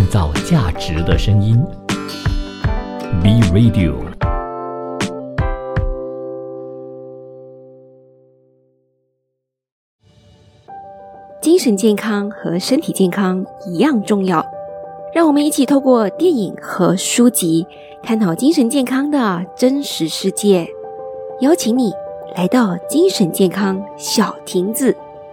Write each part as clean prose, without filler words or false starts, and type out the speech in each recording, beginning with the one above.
造价值的声音。B Radio。 精神健康和身体健康一样重要，让我们一起透过电影和书籍探讨精神健康的真实世界。邀请你来到精神健康小亭子。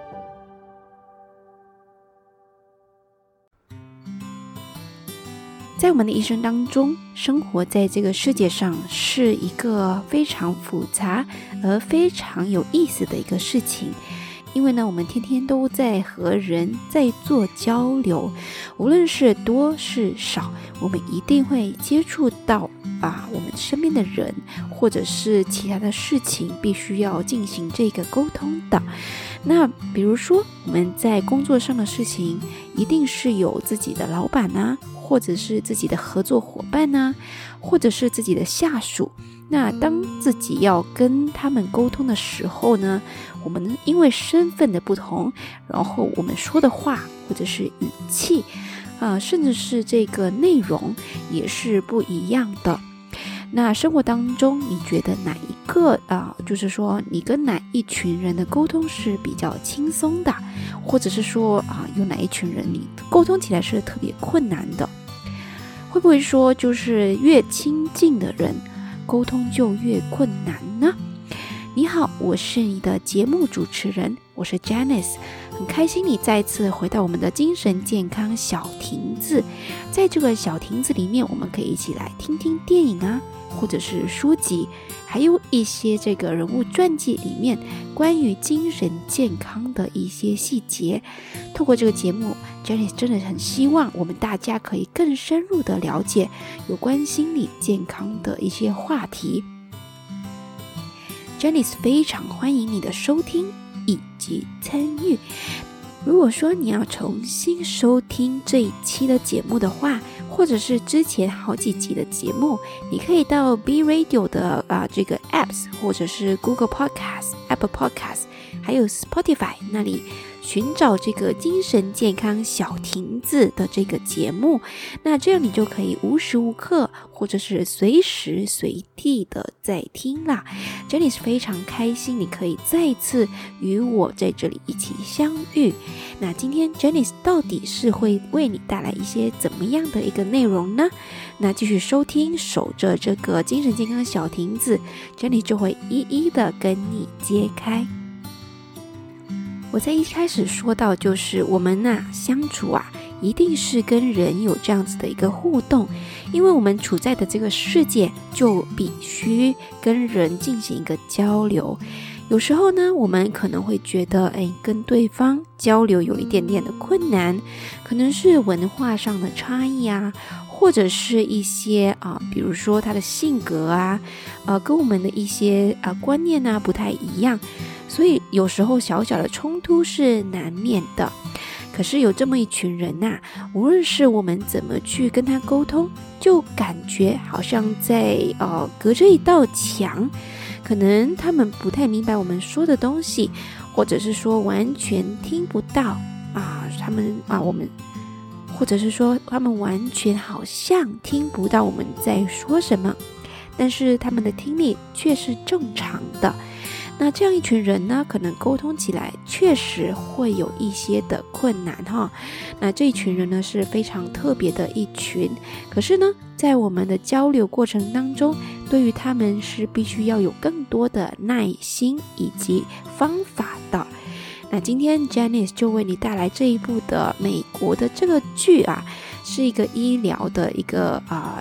在我们的一生当中，生活在这个世界上是一个非常复杂而非常有意思的一个事情。因为呢，我们天天都在和人在做交流，无论是多是少，我们一定会接触到我们身边的人，或者是其他的事情，必须要进行这个沟通的。那比如说我们在工作上的事情，一定是有自己的老板啊，或者是自己的合作伙伴啊，或者是自己的下属。那当自己要跟他们沟通的时候呢，我们因为身份的不同，然后我们说的话或者是语气甚至是这个内容也是不一样的。那生活当中你觉得哪一个就是说你跟哪一群人的沟通是比较轻松的，或者是说有哪一群人你沟通起来是特别困难的？会不会说就是越亲近的人沟通就越困难呢？你好，我是你的节目主持人，我是 Janice， 很开心你再次回到我们的精神健康小亭子。在这个小亭子里面，我们可以一起来听听电影啊，或者是书籍，还有一些这个人物传记里面关于精神健康的一些细节。透过这个节目， Janice 真的很希望我们大家可以更深入的了解有关心理健康的一些话题。Janice 非常欢迎你的收听以及参与。如果说你要重新收听这一期的节目的话，或者是之前好几集的节目，你可以到 B Radio 的这个 Apps， 或者是 Google Podcast、Apple Podcast， 还有 Spotify 那里寻找这个精神健康小亭子的这个节目。那这样你就可以无时无刻或者是随时随地的在听啦。Janice 非常开心你可以再次与我在这里一起相遇。那今天 Janice 到底是会为你带来一些怎么样的一个内容呢？那继续收听，守着这个精神健康小亭子， Janice 就会一一的跟你揭开。我在一开始说到，就是我们相处一定是跟人有这样子的一个互动，因为我们处在的这个世界就必须跟人进行一个交流。有时候呢，我们可能会觉得跟对方交流有一点点的困难，可能是文化上的差异或者是一些比如说他的性格跟我们的一些观念不太一样，所以有时候小小的冲突是难免的。可是有这么一群人无论是我们怎么去跟他沟通，就感觉好像在隔着一道墙，可能他们不太明白我们说的东西，或者是说完全听不到我们，或者是说他们完全好像听不到我们在说什么，但是他们的听力却是正常的。那这样一群人呢，可能沟通起来确实会有一些的困难那这一群人呢，是非常特别的一群，可是呢，在我们的交流过程当中，对于他们是必须要有更多的耐心以及方法的。那今天 Janice 就为你带来这一部的美国的这个剧是一个医疗的一个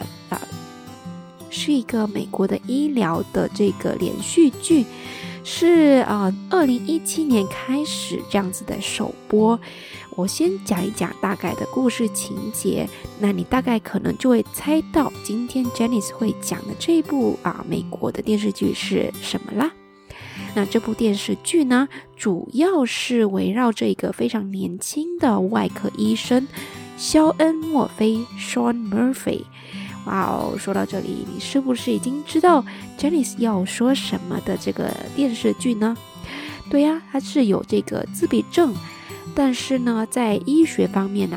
是一个美国的医疗的这个连续剧，是2017年开始这样子的首播。我先讲一讲大概的故事情节，那你大概可能就会猜到今天 Janice 会讲的这部美国的电视剧是什么啦。那这部电视剧呢，主要是围绕着一个非常年轻的外科医生肖恩·墨菲 Sean Murphy。说到这里，你是不是已经知道 Janice 要说什么的这个电视剧呢？对他是有这个自闭症，但是呢，在医学方面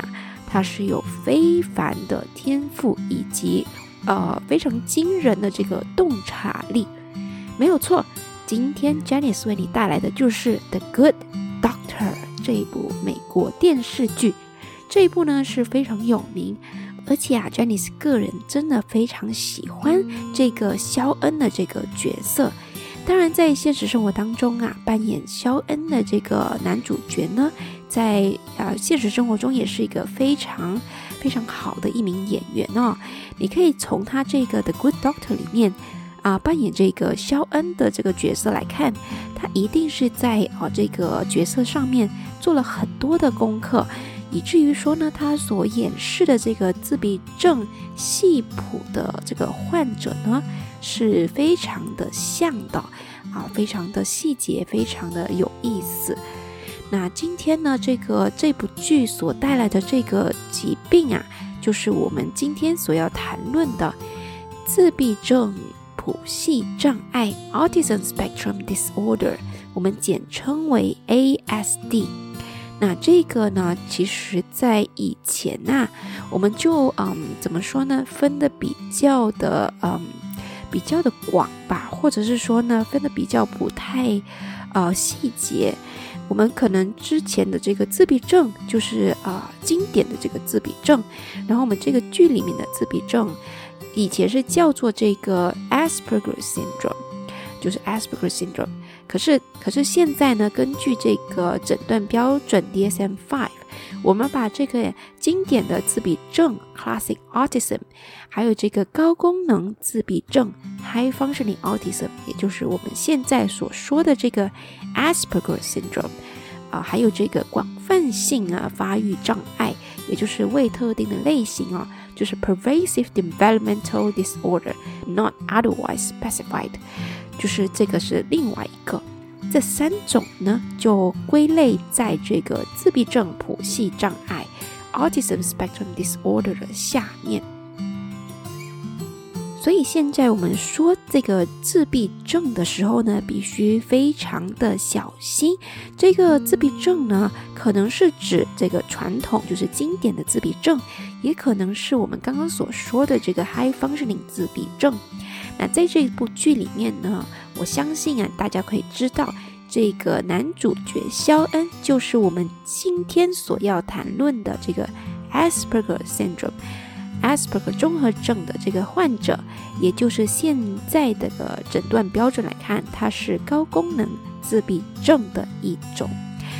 他是有非凡的天赋以及非常惊人的这个洞察力。没有错，今天 Janice 为你带来的就是 The Good Doctor 这一部美国电视剧。这一部呢是非常有名，而且Janice 个人真的非常喜欢这个肖恩的这个角色。当然在现实生活当中扮演肖恩的这个男主角呢，在现实生活中也是一个非常非常好的一名演员哦。你可以从他这个 The Good Doctor 里面扮演这个肖恩的这个角色来看，他一定是在这个角色上面做了很多的功课，以至于说呢，他所演示的这个自闭症系谱的这个患者呢，是非常的像的非常的细节，非常的有意思。那今天呢，这部剧所带来的这个疾病就是我们今天所要谈论的自闭症谱系障碍 Autism Spectrum Disorder， 我们简称为 ASD。那这个呢，其实在以前我们就怎么说呢，分的比较的广吧，或者是说呢，分的比较不太细节。我们可能之前的这个自闭症就是经典的这个自闭症，然后我们这个剧里面的自闭症以前是叫做这个 Asperger Syndrome， 就是 Asperger Syndrome。可是现在呢，根据这个诊断标准 DSM-5， 我们把这个经典的自闭症 Classic Autism， 还有这个高功能自闭症 High Functioning Autism， 也就是我们现在所说的这个 Asperger Syndrome， 还有这个广泛性发育障碍，也就是未特定的类型就是 Pervasive Developmental Disorder Not Otherwise Specified， 就是这个是另外一个。这三种呢就归类在这个自闭症谱系障碍 Autism Spectrum Disorder 的下面。所以现在我们说这个自闭症的时候呢，必须非常的小心。这个自闭症呢，可能是指这个传统就是经典的自闭症，也可能是我们刚刚所说的这个 High Functioning 自闭症。那在这部剧里面呢，我相信大家可以知道，这个男主角肖恩就是我们今天所要谈论的这个 Asperger Syndrome Asperger 综合症的这个患者，也就是现在的诊断标准来看，它是高功能自闭症的一种。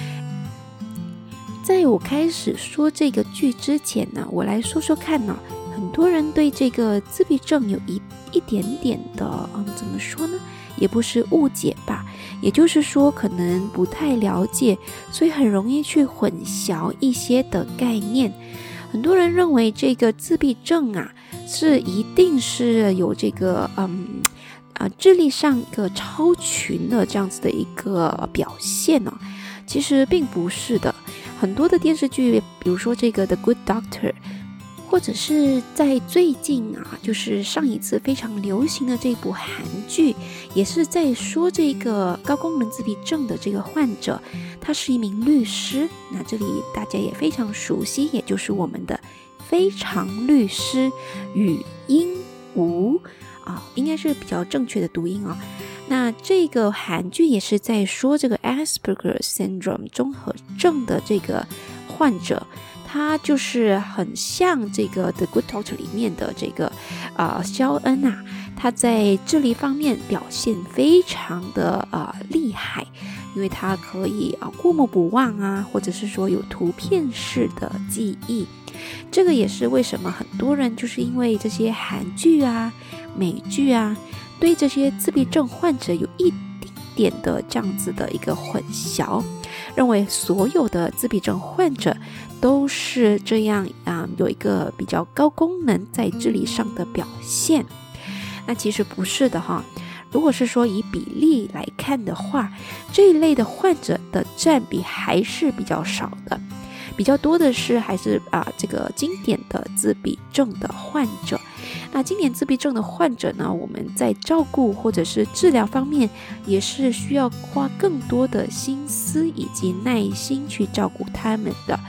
在我开始说这个剧之前呢，我来说说看呢，很多人对这个自闭症有一点点的怎么说呢，也不是误解吧，也就是说可能不太了解，所以很容易去混淆一些的概念。很多人认为这个自闭症是一定是有这个智力上一个超群的这样子的一个表现其实并不是的。很多的电视剧，比如说这个 The Good Doctor， 或者是在最近就是上一次非常流行的这部韩剧，也是在说这个高功能自闭症的这个患者，他是一名律师。那这里大家也非常熟悉，也就是我们的非常律师禹英禑应该是比较正确的读音那这个韩剧也是在说这个 Asperger Syndrome 综合症的这个患者，他就是很像这个 The Good Doctor 里面的这个肖恩他在智力方面表现非常的厉害，因为他可以过目不忘或者是说有图片式的记忆。这个也是为什么很多人就是因为这些韩剧美剧对这些自闭症患者有一点点的这样子的一个混淆，认为所有的自闭症患者都是这样有一个比较高功能在智力上的表现。那其实不是的如果是说以比例来看的话，这一类的患者的占比还是比较少的，比较多的是还是这个经典的自闭症的患者。那经典自闭症的患者呢，我们在照顾或者是治疗方面也是需要花更多的心思以及耐心去照顾他们的。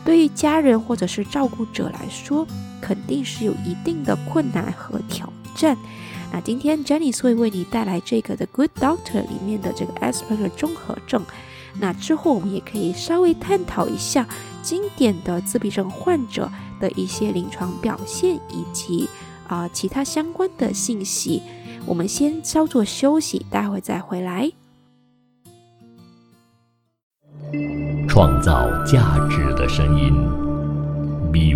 对于家人或者是照顾者来说，肯定是有一定的困难和挑战。那今天 Jenny 会为你带来这个 The Good Doctor 里面的这个 Asperger 综合症。那之后我们也可以稍微探讨一下经典的自闭症患者的一些临床表现以及其他相关的信息。我们先稍作休息，待会再回来。 创造价值的声音 Be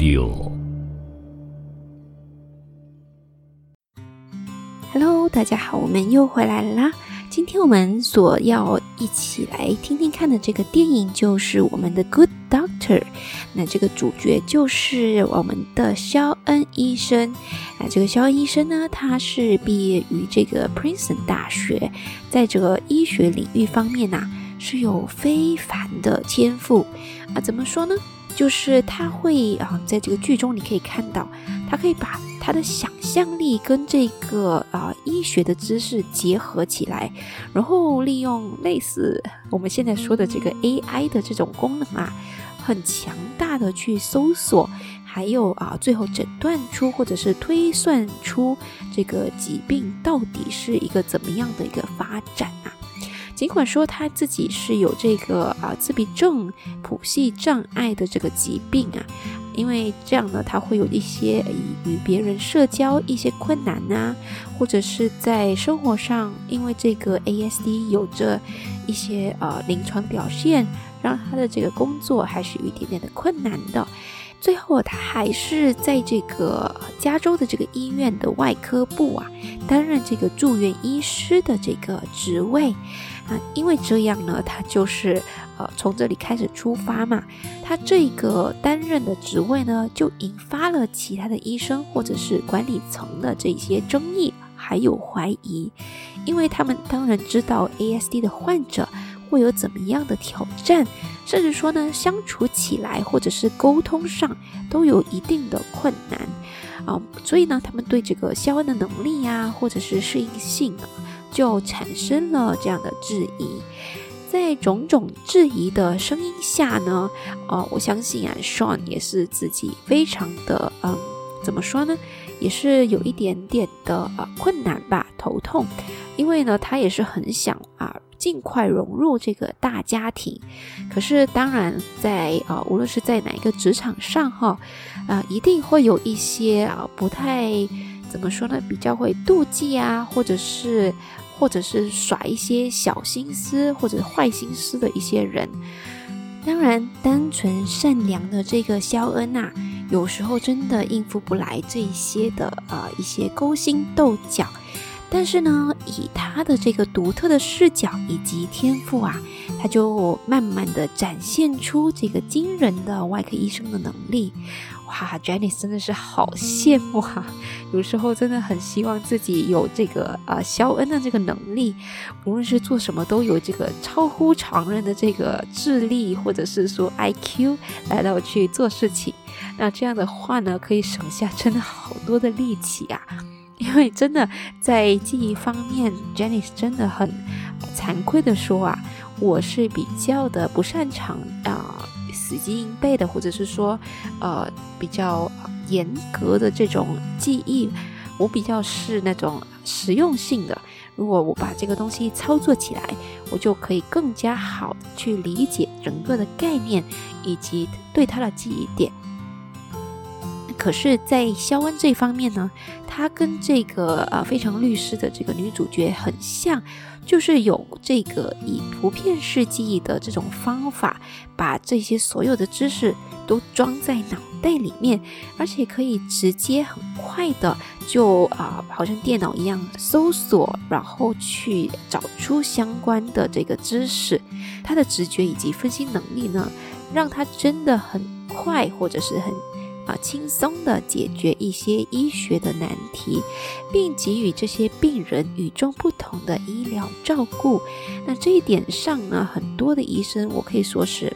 Radio。Hello， 大家好，我们又回来啦。今天我们所要一起来听听看的这个电影就是我们的 Good Doctor。那这个主角就是我们的肖恩医生。那这个肖恩医生呢，他是毕业于这个 Princeton 大学，在这个医学领域方面是有非凡的天赋怎么说呢？就是他会在这个剧中你可以看到，他可以把他的想象力跟这个医学的知识结合起来，然后利用类似我们现在说的这个 AI 的这种功能很强大的去搜索，还有最后诊断出或者是推算出这个疾病到底是一个怎么样的一个发展尽管说他自己是有这个自闭症谱系障碍的这个疾病因为这样呢，他会有一些与别人社交一些困难或者是在生活上因为这个 ASD 有着一些临床表现，让他的这个工作还是有一点点的困难的。最后他还是在这个加州的这个医院的外科部担任这个住院医师的这个职位因为这样呢，他就是从这里开始出发嘛，他这个担任的职位呢，就引发了其他的医生或者是管理层的这些争议还有怀疑，因为他们当然知道 ASD 的患者会有怎么样的挑战，甚至说呢，相处起来或者是沟通上都有一定的困难所以呢，他们对这个肖恩的能力或者是适应性就产生了这样的质疑。在种种质疑的声音下呢，我相信Sean 也是自己非常的怎么说呢，也是有一点点的困难吧，头痛，因为呢，他也是很想尽快融入这个大家庭。可是当然在无论是在哪一个职场上一定会有一些不太怎么说呢，比较会妒忌或者是耍一些小心思或者坏心思的一些人。当然单纯善良的这个肖恩有时候真的应付不来这些的一些勾心斗角，但是呢，以他的这个独特的视角以及天赋他就慢慢的展现出这个惊人的外科医生的能力。哇 Jenny 真的是好羡慕有时候真的很希望自己有这个肖恩的这个能力，无论是做什么都有这个超乎常人的这个智力或者是说 IQ 来到去做事情。那这样的话呢，可以省下真的好多的力气因为真的在记忆方面 Jenny 真的很惭愧的说我是比较的不擅长死记硬背的，或者是说比较严格的这种记忆，我比较是那种实用性的，如果我把这个东西操作起来，我就可以更加好的去理解整个的概念以及对它的记忆点。可是在肖恩这方面呢，他跟这个非常律师的这个女主角很像，就是有这个以图片式记忆的这种方法，把这些所有的知识都装在脑袋里面，而且可以直接很快的就好像电脑一样搜索，然后去找出相关的这个知识。他的直觉以及分析能力呢，让他真的很快或者是很轻松的解决一些医学的难题，并给予这些病人与众不同的医疗照顾。那这一点上呢，很多的医生，我可以说是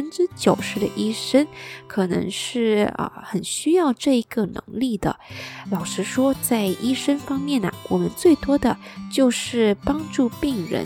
90%的医生可能是很需要这一个能力的。老实说，在医生方面我们最多的就是帮助病人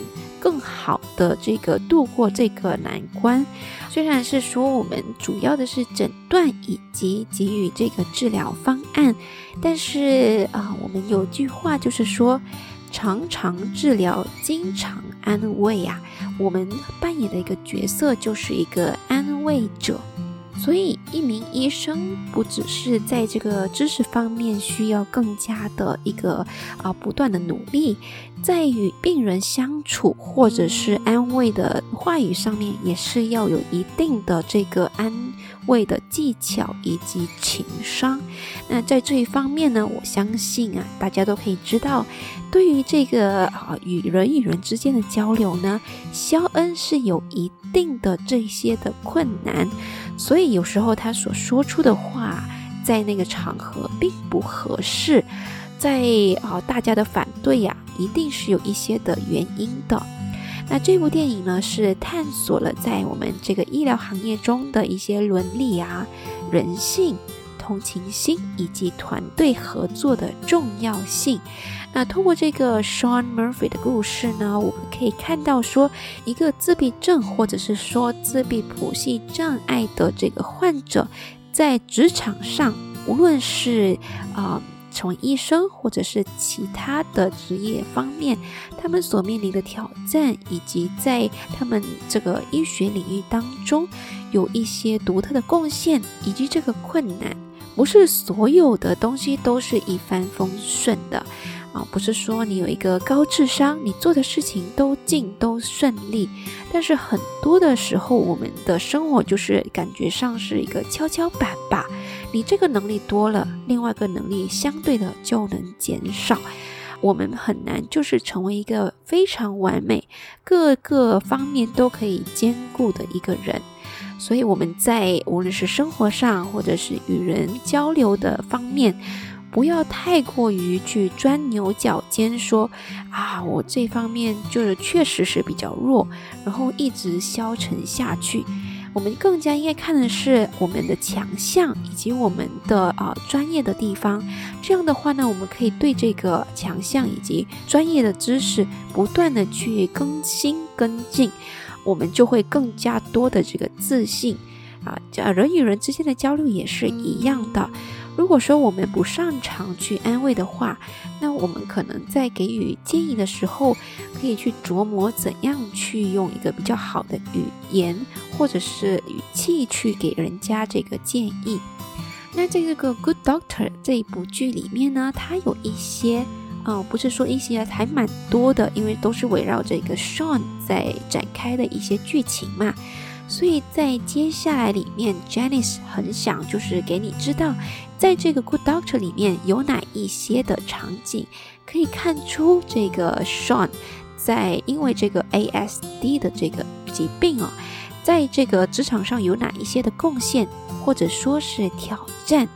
更好的这个度过这个难关。虽然是说我们主要的是诊断以及给予这个治疗方案，但是我们有句话就是说，常常治疗，经常安慰啊。我们扮演的一个角色就是一个安慰者。所以一名医生不只是在这个知识方面需要更加的一个不断的努力，在与病人相处或者是安慰的话语上面也是要有一定的这个安慰的技巧以及情商。那在这一方面呢，我相信大家都可以知道，对于这个与人与人之间的交流呢，肖恩是有一定的这些的困难，所以有时候他所说出的话在那个场合并不合适，在大家的反对一定是有一些的原因的。那这部电影呢，是探索了在我们这个医疗行业中的一些伦理人性、同情心以及团队合作的重要性。那通过这个 Sean Murphy 的故事呢，我们可以看到说，一个自闭症或者是说自闭谱系障碍的这个患者，在职场上，无论是成为医生或者是其他的职业方面，他们所面临的挑战，以及在他们这个医学领域当中有一些独特的贡献以及这个困难。不是所有的东西都是一帆风顺的不是说你有一个高智商，你做的事情都顺利，但是很多的时候我们的生活就是感觉上是一个跷跷板吧，你这个能力多了，另外一个能力相对的就能减少，我们很难就是成为一个非常完美，各个方面都可以兼顾的一个人。所以我们在无论是生活上或者是与人交流的方面，不要太过于去钻牛角尖，说我这方面就是确实是比较弱，然后一直消沉下去。我们更加应该看的是我们的强项以及我们的专业的地方。这样的话呢，我们可以对这个强项以及专业的知识不断的去更新跟进，我们就会更加多的这个自信人与人之间的交流也是一样的。如果说我们不擅长去安慰的话，那我们可能在给予建议的时候，可以去琢磨怎样去用一个比较好的语言或者是语气去给人家这个建议。那在这个 Good Doctor 这一部剧里面呢，它有一些不是说一些，还蛮多的，因为都是围绕这个 Sean 在展开的一些剧情嘛。所以在接下来里面 Janice 很想就是给你知道，在这个 Good Doctor 里面有哪一些的场景可以看出这个 Sean 在因为这个 ASD 的这个疾病在这个职场上有哪一些的贡献或者说是挑战。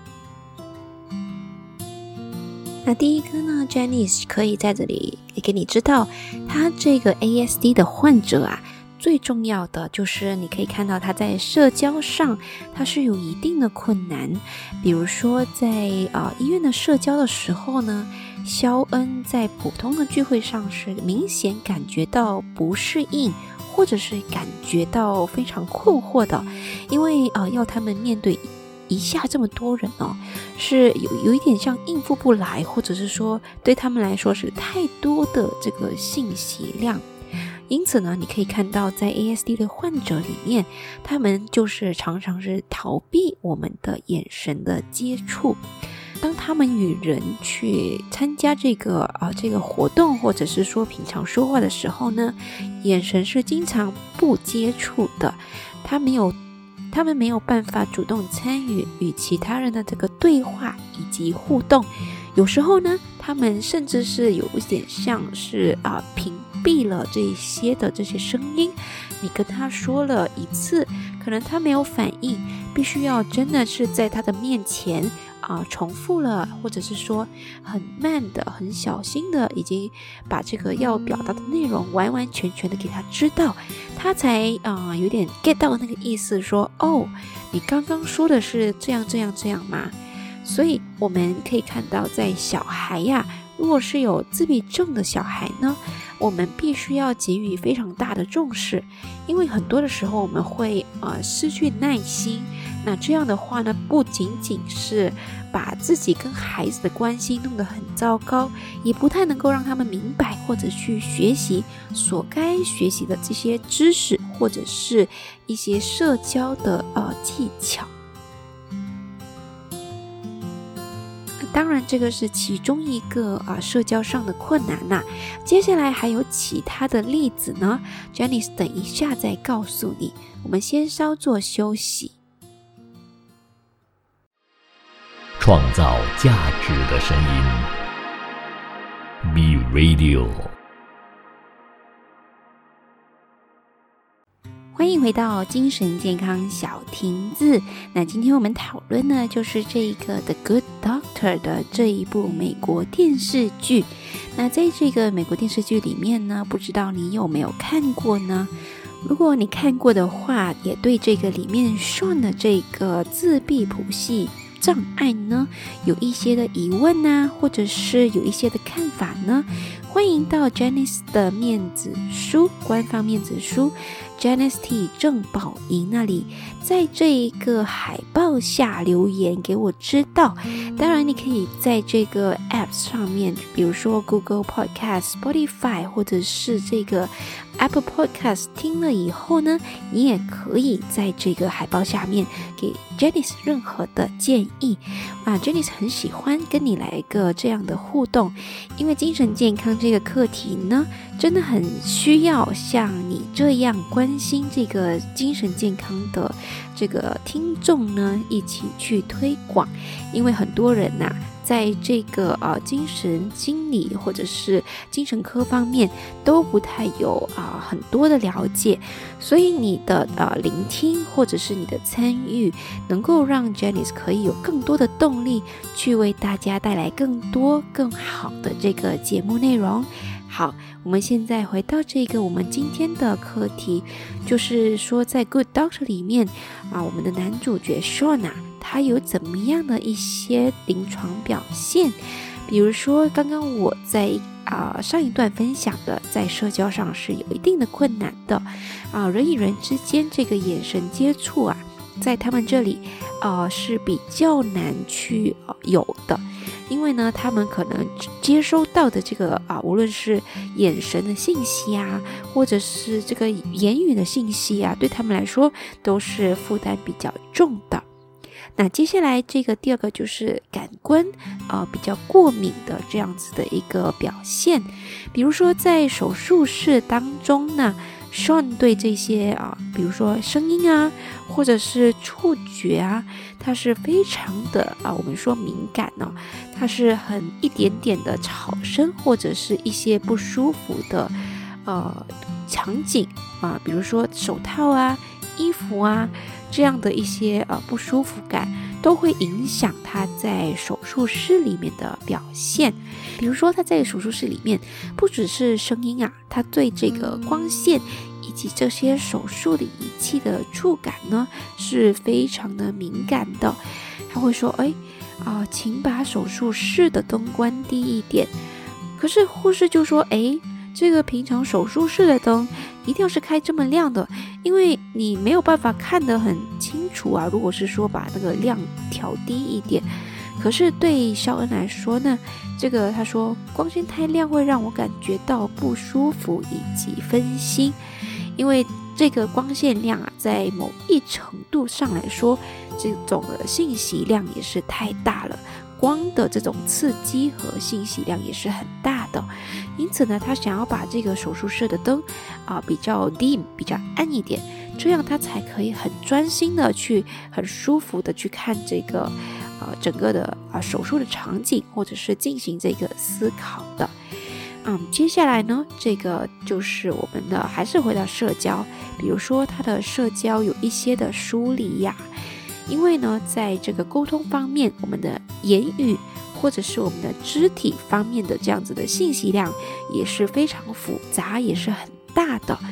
那第一个呢， Janice 可以在这里给你知道，他这个 ASD 的患者最重要的就是你可以看到他在社交上他是有一定的困难。比如说在医院的社交的时候呢，肖恩在普通的聚会上是明显感觉到不适应，或者是感觉到非常困惑的，因为要他们面对一下这么多人是有一点像应付不来，或者是说对他们来说是太多的这个信息量。因此呢，你可以看到在 ASD 的患者里面，他们就是常常是逃避我们的眼神的接触。当他们与人去参加这个活动，或者是说平常说话的时候呢，眼神是经常不接触的，他们没有办法主动参与与其他人的这个对话以及互动。有时候呢，他们甚至是有一点像是屏蔽了这些声音，你跟他说了一次，可能他没有反应，必须要真的是在他的面前重复了，或者是说很慢的很小心的已经把这个要表达的内容完完全全的给他知道，他才有点 get 到那个意思，说你刚刚说的是这样吗？所以我们可以看到在小孩如果是有自闭症的小孩呢， 我们必须要给予非常大的重视，因为很多的时候我们会失去耐心。那这样的话呢，不仅仅是把自己跟孩子的关系弄得很糟糕，也不太能够让他们明白或者去学习所该学习的这些知识，或者是一些社交的技巧。当然这个是其中一个社交上的困难呐。接下来还有其他的例子呢 Janice 等一下再告诉你，我们先稍作休息。 创造价值的声音 Be Radio。 欢迎回到精神健康小亭子。那今天我们讨论呢，就是这个 The Good Doctor 的这一部美国电视剧。那在这个美国电视剧里面呢，不知道你有没有看过呢？如果你看过的话，也对这个里面 Sean 的这个自闭谱系障碍呢有一些的疑问啊，或者是有一些的看法呢，欢迎到 Janice 的面子书官方面子书 Janice T 郑宝莹那里，在这一个海报下留言给我知道。当然你可以在这个 App 上面，比如说 Google Podcast、Spotify 或者是这个 Apple Podcast 听了以后呢，你也可以在这个海报下面给 Janice 任何的建议Janice 很喜欢跟你来一个这样的互动，因为精神健康这个课题呢，真的很需要像你这样关心这个精神健康的这个听众呢一起去推广。因为很多人在这个精神心理或者是精神科方面都不太有很多的了解，所以你的聆听或者是你的参与，能够让 Janice 可以有更多的动力去为大家带来更多更好的这个节目内容。好，我们现在回到这个我们今天的课题，就是说在 Good Doctor 里面我们的男主角 Sean他有怎么样的一些临床表现。比如说刚刚我在上一段分享的，在社交上是有一定的困难的人与人之间这个眼神接触在他们这里是比较难去有的。因为呢，他们可能接收到的这个无论是眼神的信息或者是这个言语的信息对他们来说都是负担比较重的。那接下来这个第二个就是感官比较过敏的这样子的一个表现。比如说在手术室当中呢，Sean 对这些比如说声音或者是触觉它是非常的我们说敏感它是很一点点的吵声或者是一些不舒服的场景比如说手套衣服这样的一些不舒服感，都会影响他在手术室里面的表现。比如说他在手术室里面不只是声音他对这个光线以及这些手术的仪器的触感呢是非常的敏感的。他会说请把手术室的灯关低一点。可是护士就说这个平常手术室的灯一定要是开这么亮的，因为你没有办法看得很清楚如果是说把那个亮调低一点。可是对肖恩来说呢，这个他说光线太亮会让我感觉到不舒服以及分心，因为这个光线量在某一程度上来说，这种的信息量也是太大了，光的这种刺激和信息量也是很大的。因此呢，他想要把这个手术室的灯比较 dim 比较暗一点，这样他才可以很专心的去很舒服的去看这个整个的手术的场景，或者是进行这个思考的。接下来呢，这个就是我们的还是回到社交。比如说他的社交有一些的疏离因为呢在这个沟通方面，我们的言语或者是我们的肢体方面的这样子的信息量也是非常复杂，也是很大的。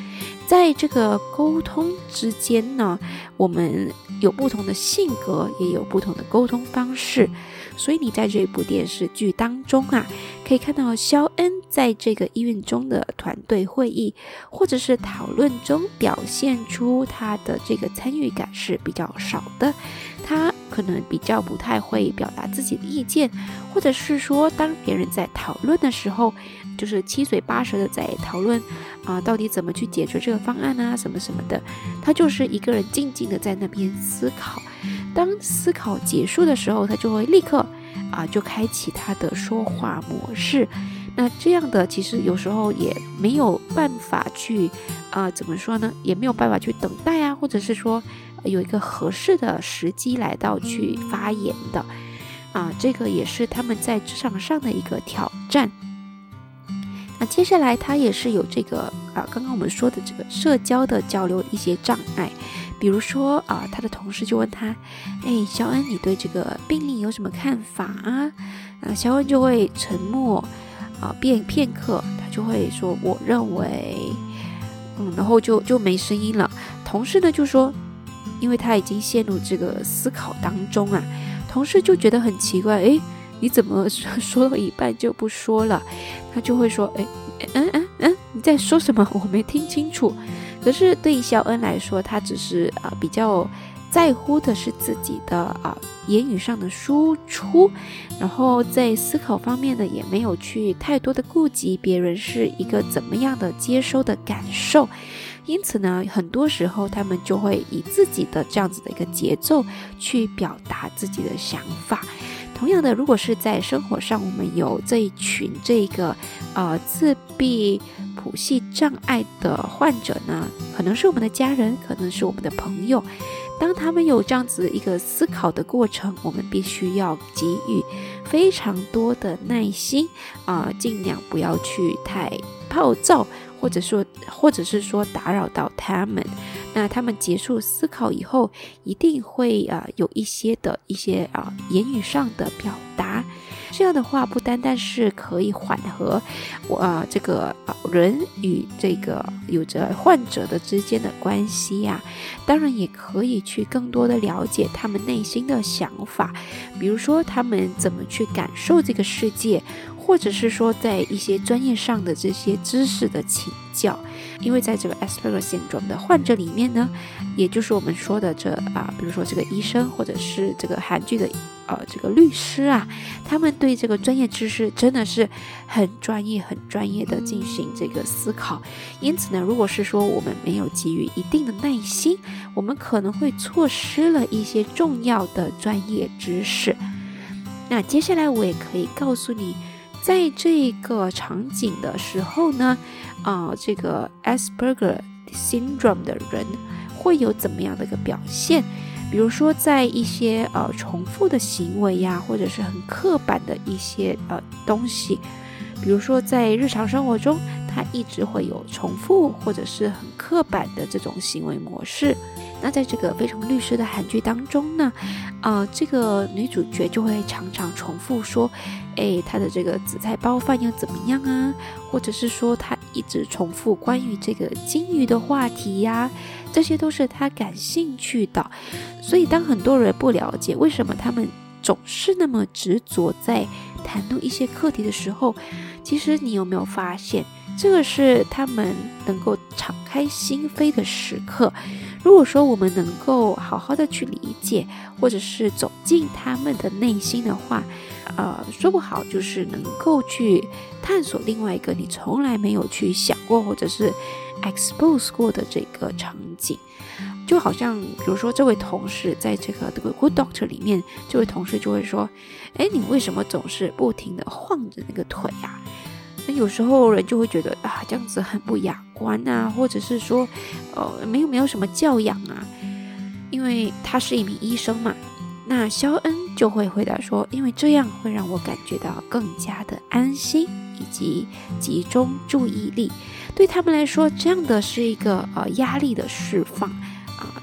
在这个沟通之间呢，我们有不同的性格，也有不同的沟通方式。所以你在这部电视剧当中啊，可以看到肖恩在这个医院中的团队会议或者是讨论中表现出他的这个参与感是比较少的，他可能比较不太会表达自己的意见，或者是说当别人在讨论的时候，就是七嘴八舌的在讨论到底怎么去解决这个方案啊什么什么的，他就是一个人静静的在那边思考。当思考结束的时候，他就会立刻就开启他的说话模式。那这样的其实有时候也没有办法去怎么说呢，也没有办法去等待啊，或者是说有一个合适的时机来到去发言的这个也是他们在职场上的一个挑战。那接下来他也是有这个刚刚我们说的这个社交的交流的一些障碍，比如说他的同事就问他，肖恩，你对这个病例有什么看法啊？肖恩就会沉默片刻，他就会说我认为然后就没声音了。同事呢就说，因为他已经陷入这个思考当中同事就觉得很奇怪，你怎么说到一半就不说了？他就会说，你在说什么？我没听清楚。可是对肖恩来说，他只是比较在乎的是自己的言语上的输出，然后在思考方面呢，也没有去太多的顾及别人是一个怎么样的接收的感受。因此呢，很多时候他们就会以自己的这样子的一个节奏去表达自己的想法。同样的，如果是在生活上，我们有这一群这个自闭谱系障碍的患者呢，可能是我们的家人，可能是我们的朋友。当他们有这样子一个思考的过程，我们必须要给予非常多的耐心尽量不要去太暴躁，或者是说打扰到他们。那他们结束思考以后，一定会有一些言语上的表达。这样的话，不单单是可以缓和这个人与这个有着患者的之间的关系当然也可以去更多的了解他们内心的想法，比如说他们怎么去感受这个世界，或者是说在一些专业上的这些知识的请教。因为在这个 Asperger syndrome 的患者里面呢，也就是我们说的比如说这个医生，或者是这个韩剧的这个律师他们对这个专业知识真的是很专业的进行这个思考。因此呢，如果是说我们没有给予一定的耐心，我们可能会错失了一些重要的专业知识。那接下来我也可以告诉你，在这个场景的时候呢，这个 Asperger syndrome 的人会有怎么样的一个表现？比如说在一些重复的行为或者是很刻板的一些东西，比如说在日常生活中，他一直会有重复或者是很刻板的这种行为模式。那在这个《非诚律师》的韩剧当中呢，这个女主角就会常常重复说，她的这个紫菜包饭又怎么样啊？或者是说她一直重复关于这个金鱼的话题这些都是她感兴趣的。所以当很多人不了解为什么他们总是那么执着在谈论一些课题的时候，其实你有没有发现，这个是他们能够敞开心扉的时刻。如果说我们能够好好的去理解，或者是走进他们的内心的话，说不好就是能够去探索另外一个你从来没有去想过或者是 expose 过的这个场景。就好像比如说这位同事在这个 Good Doctor 里面，这位同事就会说，你为什么总是不停的晃着那个腿那有时候人就会觉得这样子很不雅观或者是说没有什么教养因为他是一名医生嘛。那肖恩就会回答说，因为这样会让我感觉到更加的安心以及集中注意力。对他们来说，这样的是一个压力的释放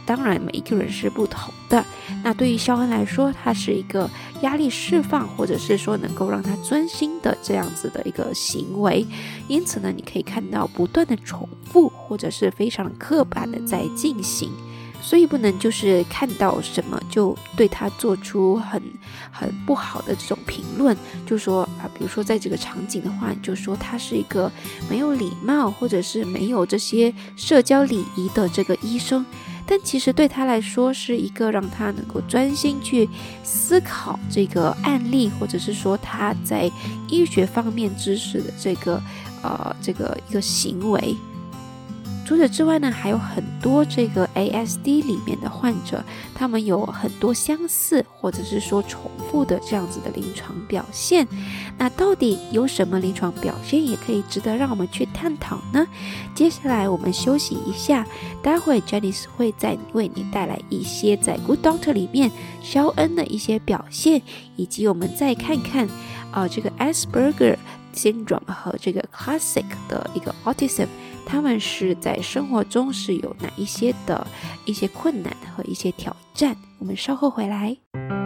当然每一个人是不同的。那对于肖恩来说，它是一个压力释放，或者是说能够让他专心的这样子的一个行为。因此呢，你可以看到不断的重复，或者是非常刻板的在进行。所以不能就是看到什么就对他做出很不好的这种评论，就说比如说在这个场景的话，你就说他是一个没有礼貌，或者是没有这些社交礼仪的这个医生。但其实对他来说是一个让他能够专心去思考这个案例，或者是说他在医学方面知识的这个一个行为。除此之外呢，还有很多这个 ASD 里面的患者，他们有很多相似或者是说重复的这样子的临床表现。那到底有什么临床表现也可以值得让我们去探讨呢？接下来我们休息一下，待会 Janice 会再为你带来一些在 Good Doctor 里面肖恩的一些表现，以及我们再看看这个 Asperger Syndrome 和这个 Classic 的一个 Autism，他们是在生活中是有哪一些困难和一些挑战。我们稍后回来。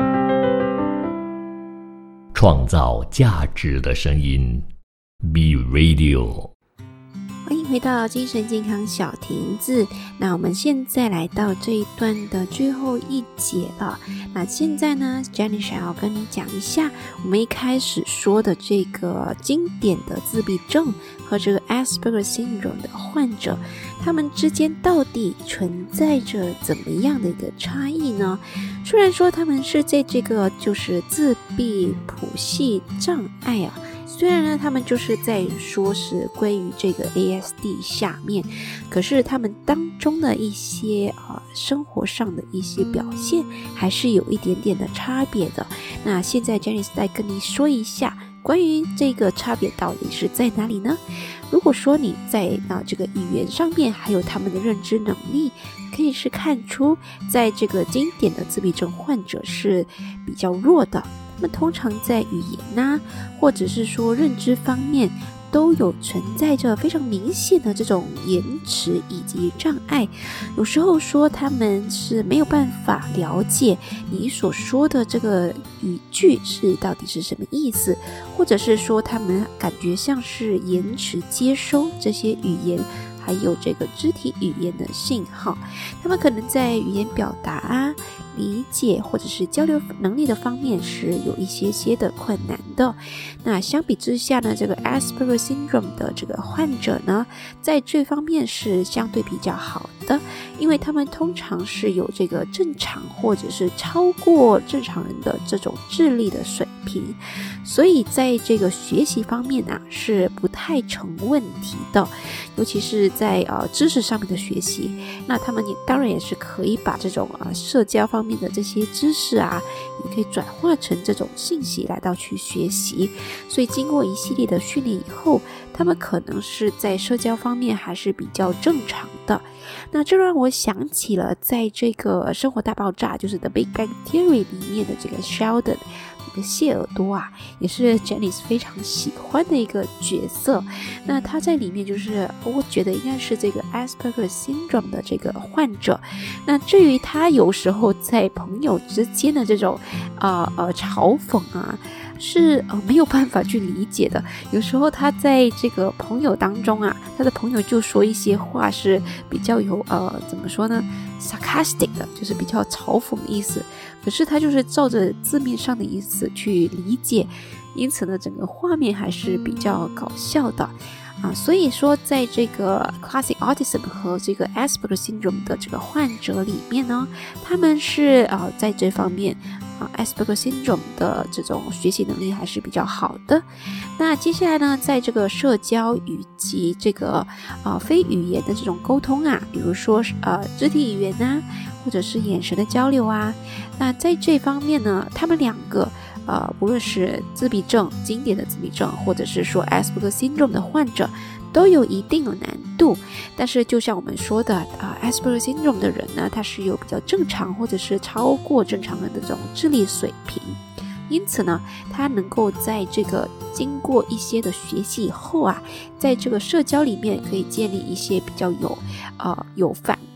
创造价值的声音 Be Radio。 欢迎回到精神健康小亭子。那我们现在来到这一段的最后一节了。那现在呢 Jenny 想要跟你讲一下我们一开始说的这个经典的自闭症和这个 Asperger Syndrome 的患者，他们之间到底存在着怎么样的一个差异呢？虽然说他们是在这个就是自闭谱系障碍啊，虽然呢他们就是在说是归于这个 ASD 下面，可是他们当中的一些生活上的一些表现还是有一点点的差别的。那现在 Janice 再跟你说一下关于这个差别到底是在哪里呢？如果说你在这个语言上面还有他们的认知能力，可以是看出在这个经典的自闭症患者是比较弱的，他们通常在语言或者是说认知方面都有存在着非常明显的这种延迟以及障碍。有时候说他们是没有办法了解你所说的这个语句是到底是什么意思，或者是说他们感觉像是延迟接收这些语言还有这个肢体语言的信号，他们可能在语言表达理解或者是交流能力的方面是有一些的困难的。那相比之下呢，这个 Asperger Syndrome 的这个患者呢，在这方面是相对比较好的，因为他们通常是有这个正常或者是超过正常人的这种智力的水平，所以在这个学习方面是不太成问题的，尤其是在知识上面的学习。那他们当然也是可以把这种社交方面的这些知识也可以转化成这种信息来到去学习。所以经过一系列的训练以后，他们可能是在社交方面还是比较正常的。那这让我想起了在这个生活大爆炸就是 The Big Bang Theory 里面的这个 Sheldon，这个谢耳朵也是 Janice 非常喜欢的一个角色。那他在里面就是我觉得应该是这个 Asperger Syndrome 的这个患者。那至于他有时候在朋友之间的这种嘲讽是没有办法去理解的。有时候他在这个朋友当中他的朋友就说一些话是比较有怎么说呢 sarcastic 的，就是比较嘲讽的意思，可是他就是照着字面上的意思去理解，因此呢整个画面还是比较搞笑的所以说在这个 Classic Autism 和这个 Asperger Syndrome 的这个患者里面呢，他们是在这方面Asperger Syndrome 的这种学习能力还是比较好的。那接下来呢，在这个社交以及这个非语言的这种沟通比如说肢体语言或者是眼神的交流那在这方面呢，他们两个无论是自闭症经典的自闭症或者是说 Asperger Syndrome 的患者都有一定的难度。但是就像我们说的Asperger Syndrome 的人呢，他是有比较正常或者是超过正常人的这种智力水平，因此呢他能够在这个经过一些的学习以后在这个社交里面可以建立一些比较有反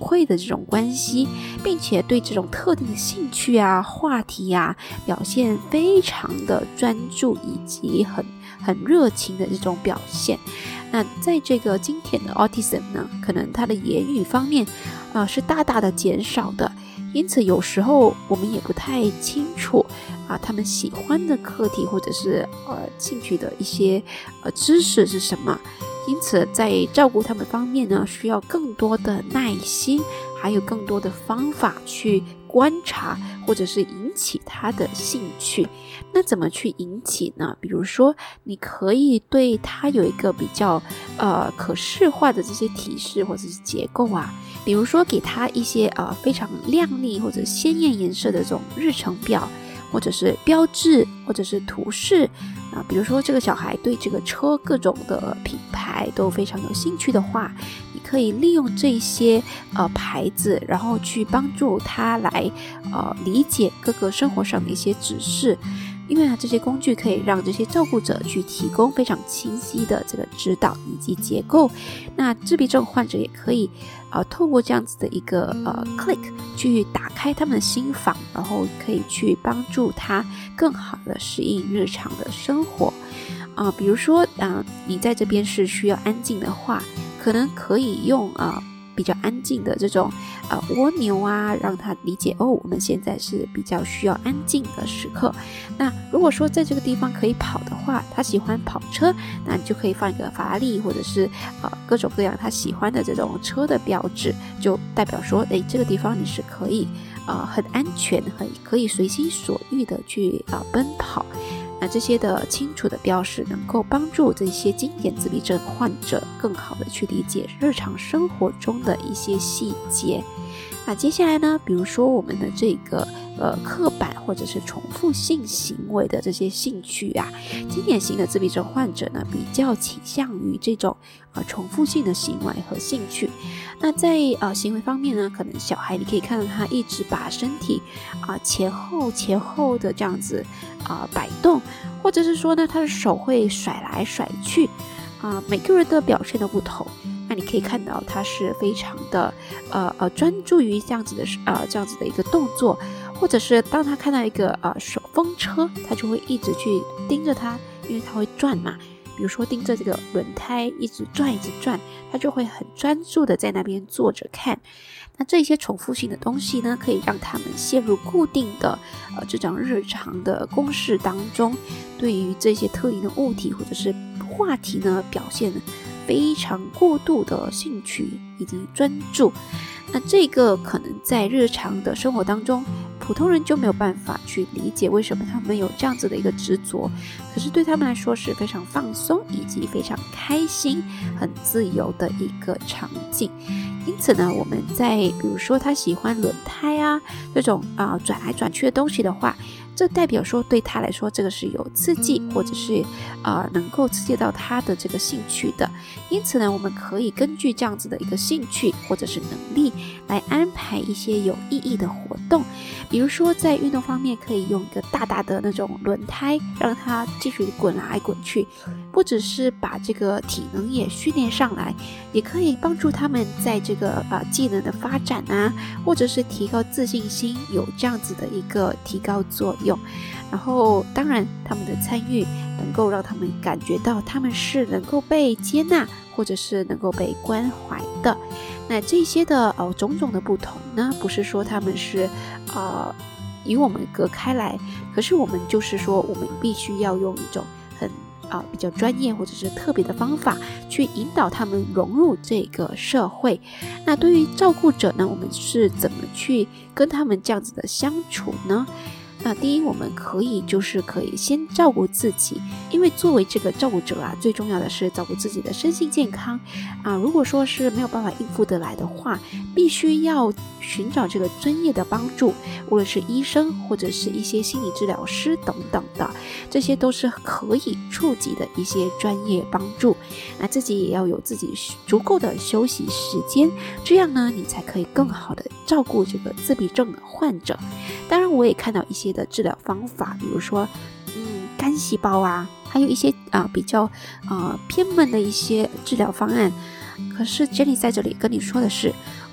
惠的这种关系，并且对这种特定的兴趣啊、话题啊表现非常的专注以及很热情的这种表现。那在这个今天的 autism 呢，可能他的言语方面是大大的减少的，因此有时候我们也不太清楚他们喜欢的课题或者是兴趣的一些知识是什么。因此在照顾他们方面呢，需要更多的耐心，还有更多的方法去观察或者是引起他的兴趣。那怎么去引起呢？比如说你可以对他有一个比较可视化的这些提示或者是结构啊，比如说给他一些非常亮丽或者鲜艳颜色的这种日程表，或者是标志，或者是图示比如说这个小孩对这个车各种的品牌都非常有兴趣的话，你可以利用这些牌子，然后去帮助他来理解各个生活上的一些指示。因为这些工具可以让这些照顾者去提供非常清晰的这个指导以及结构。那自闭症患者也可以透过这样子的一个click 去打开他们的心房，然后可以去帮助他更好的适应日常的生活。比如说你在这边是需要安静的话，可能可以用比较安静的这种蜗牛啊，让他理解我们现在是比较需要安静的时刻。那如果说在这个地方可以跑的话，他喜欢跑车，那你就可以放一个法拉利或者是各种各样他喜欢的这种车的标志，就代表说这个地方你是可以很安全，很可以随心所欲的去奔跑。那这些的清楚的标识能够帮助这些经典自闭症患者更好的去理解日常生活中的一些细节。那接下来呢，比如说我们的这个刻板或者是重复性行为的这些兴趣啊，经典型的自闭症患者呢比较倾向于这种重复性的行为和兴趣。那在行为方面呢，可能小孩你可以看到他一直把身体前后的这样子摆动，或者是说呢他的手会甩来甩去每个人的表现都不同。那你可以看到他是非常的专注于这样子的一个动作，或者是当他看到一个手风车，他就会一直去盯着它，因为它会转嘛。比如说盯着这个轮胎一直转，他就会很专注的在那边坐着看。那这些重复性的东西呢，可以让他们陷入固定的这种日常的公式当中，对于这些特定的物体或者是话题呢，表现非常过度的兴趣以及专注。那这个可能在日常的生活当中，普通人就没有办法去理解为什么他们有这样子的一个执着，可是对他们来说是非常放松以及非常开心很自由的一个场景。因此呢，我们在比如说他喜欢轮胎这种转来转去的东西的话，这代表说对他来说这个是有刺激，或者是能够刺激到他的这个兴趣的。因此呢，我们可以根据这样子的一个兴趣或者是能力来安排一些有意义的活动。比如说在运动方面，可以用一个大大的那种轮胎让他继续滚来滚去，不只是把这个体能也训练上来，也可以帮助他们在这个技能的发展或者是提高自信心，有这样子的一个提高作用。然后当然他们的参与能够让他们感觉到他们是能够被接纳，或者是能够被关怀的。那这些的种种的不同呢，不是说他们是与我们隔开来，可是我们就是说我们必须要用一种很比较专业或者是特别的方法去引导他们融入这个社会。那对于照顾者呢，我们是怎么去跟他们这样子的相处呢？那第一，我们可以先照顾自己，因为作为这个照顾者最重要的是照顾自己的身心健康如果说是没有办法应付得来的话，必须要寻找这个专业的帮助，无论是医生或者是一些心理治疗师等等的，这些都是可以触及的一些专业帮助。那自己也要有自己足够的休息时间，这样呢，你才可以更好的照顾这个自闭症的患者。当然我也看到一些的治疗方法，比如说干细胞还有一些比较偏门的一些治疗方案。可是 Jenny 在这里跟你说的是，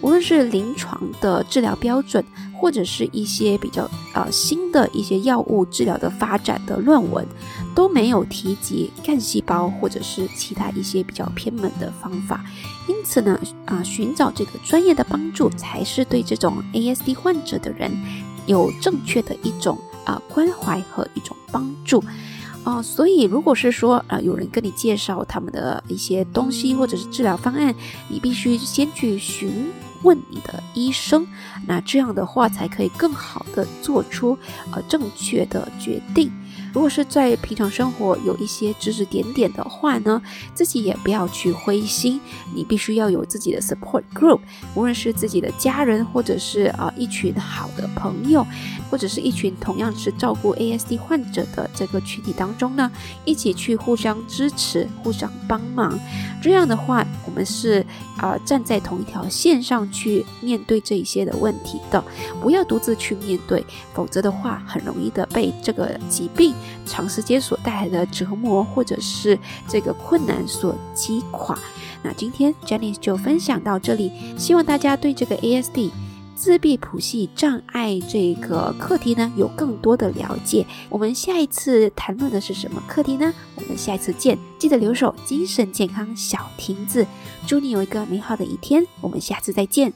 无论是临床的治疗标准，或者是一些比较新的一些药物治疗的发展的论文，都没有提及干细胞或者是其他一些比较偏门的方法。因此呢，寻找这个专业的帮助，才是对这种 ASD 患者的人有正确的一种关怀和一种帮助。所以如果是说有人跟你介绍他们的一些东西或者是治疗方案，你必须先去询问你的医生，那这样的话才可以更好的做出正确的决定。如果是在平常生活有一些指指点点的话呢，自己也不要去灰心，你必须要有自己的 support group， 无论是自己的家人，或者是一群好的朋友，或者是一群同样是照顾 ASD 患者的这个群体当中呢，一起去互相支持，互相帮忙。这样的话，我们是站在同一条线上去面对这一些的问题的，不要独自去面对，否则的话很容易的被这个疾病长时间所带来的折磨或者是这个困难所击垮。那今天 Janice 就分享到这里，希望大家对这个 ASD 自闭谱系障碍这个课题呢有更多的了解。我们下一次谈论的是什么课题呢？我们下一次见，记得留守精神健康小亭子，祝你有一个美好的一天，我们下次再见。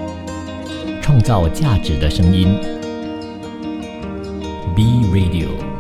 创造价值的声音 B Radio。